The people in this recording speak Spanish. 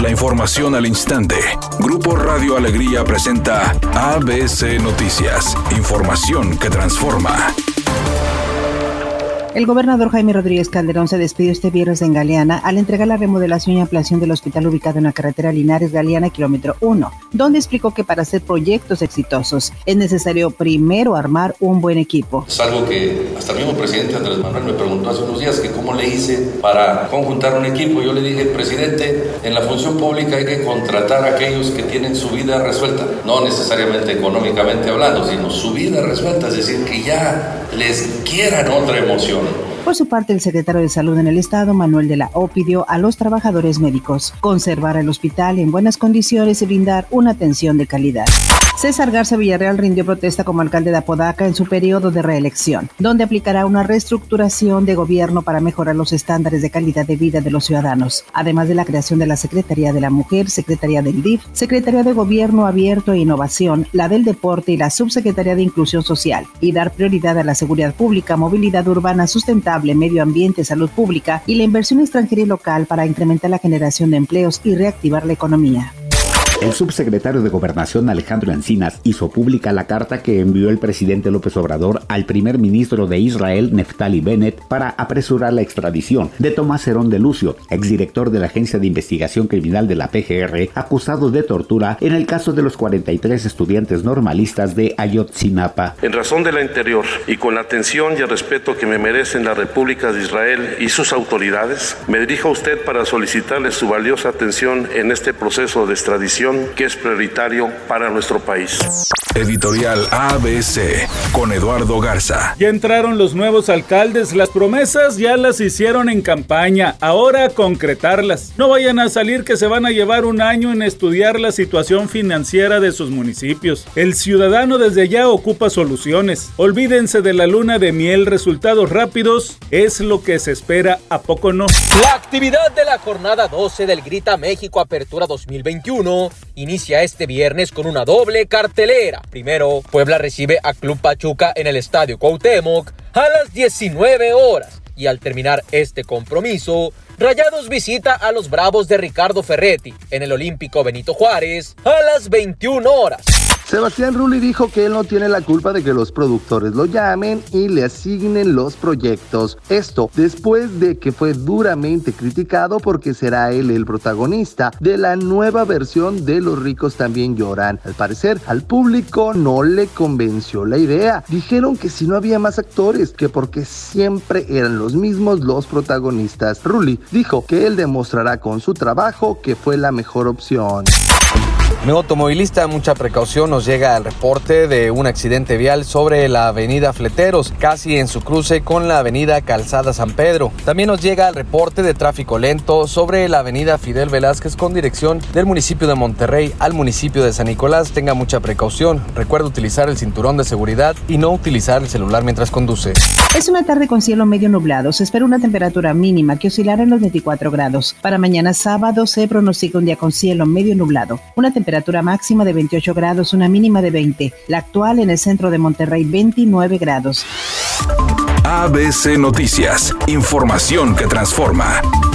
La información al instante. Grupo Radio Alegría presenta ABC Noticias. Información que transforma. El gobernador Jaime Rodríguez Calderón se despidió este viernes en Galeana al entregar la remodelación y ampliación del hospital ubicado en la carretera Linares-Galeana, kilómetro 1, donde explicó que para hacer proyectos exitosos es necesario primero armar un buen equipo. Es algo que hasta el mismo presidente Andrés Manuel me preguntó hace unos días, que cómo le hice para conjuntar un equipo. Yo le dije, presidente, en la función pública hay que contratar a aquellos que tienen su vida resuelta, no necesariamente económicamente hablando, sino su vida resuelta, es decir, que ya les quieran otra emoción. Por su parte, el secretario de Salud en el Estado, Manuel de la O, pidió a los trabajadores médicos conservar el hospital en buenas condiciones y brindar una atención de calidad. César Garza Villarreal rindió protesta como alcalde de Apodaca en su periodo de reelección, donde aplicará una reestructuración de gobierno para mejorar los estándares de calidad de vida de los ciudadanos, además de la creación de la Secretaría de la Mujer, Secretaría del DIF, Secretaría de Gobierno Abierto e Innovación, la del Deporte y la Subsecretaría de Inclusión Social, y dar prioridad a la seguridad pública, movilidad urbana sustentable, medio ambiente, salud pública y la inversión extranjera y local para incrementar la generación de empleos y reactivar la economía. El subsecretario de Gobernación Alejandro Encinas hizo pública la carta que envió el presidente López Obrador al primer ministro de Israel, Neftali Bennett, para apresurar la extradición de Tomás Herón de Lucio, exdirector de la Agencia de Investigación Criminal de la PGR, acusado de tortura en el caso de los 43 estudiantes normalistas de Ayotzinapa. En razón de la anterior y con la atención y el respeto que me merecen la República de Israel y sus autoridades, me dirijo a usted para solicitarle su valiosa atención en este proceso de extradición que es prioritario para nuestro país. Editorial ABC con Eduardo Garza. Ya entraron los nuevos alcaldes, las promesas ya las hicieron en campaña, ahora concretarlas. No vayan a salir que se van a llevar un año en estudiar la situación financiera de sus municipios. El ciudadano desde ya ocupa soluciones. Olvídense de la luna de miel, resultados rápidos es lo que se espera, ¿a poco no? La actividad de la jornada 12 del Grita México Apertura 2021 inicia este viernes con una doble cartelera. Primero, Puebla recibe a Club Pachuca en el Estadio Cuauhtémoc a las 19 horas. Y al terminar este compromiso, Rayados visita a los Bravos de Ricardo Ferretti en el Olímpico Benito Juárez a las 21 horas. Sebastián Rulli dijo que él no tiene la culpa de que los productores lo llamen y le asignen los proyectos. Esto después de que fue duramente criticado porque será él el protagonista de la nueva versión de Los ricos también lloran. Al parecer, al público no le convenció la idea. Dijeron que si no había más actores, que porque siempre eran los mismos los protagonistas. Rulli dijo que él demostrará con su trabajo que fue la mejor opción. Amigo automovilista, mucha precaución, nos llega el reporte de un accidente vial sobre la avenida Fleteros, casi en su cruce con la avenida Calzada San Pedro. También nos llega el reporte de tráfico lento sobre la avenida Fidel Velázquez con dirección del municipio de Monterrey al municipio de San Nicolás. Tenga mucha precaución, recuerda utilizar el cinturón de seguridad y no utilizar el celular mientras conduce. Es una tarde con cielo medio nublado, se espera una temperatura mínima que oscilará en los 24 grados. Para mañana sábado se pronostica un día con cielo medio nublado, una temperatura máxima de 28 grados, una mínima de 20. La actual en el centro de Monterrey, 29 grados. ABC Noticias, información que transforma.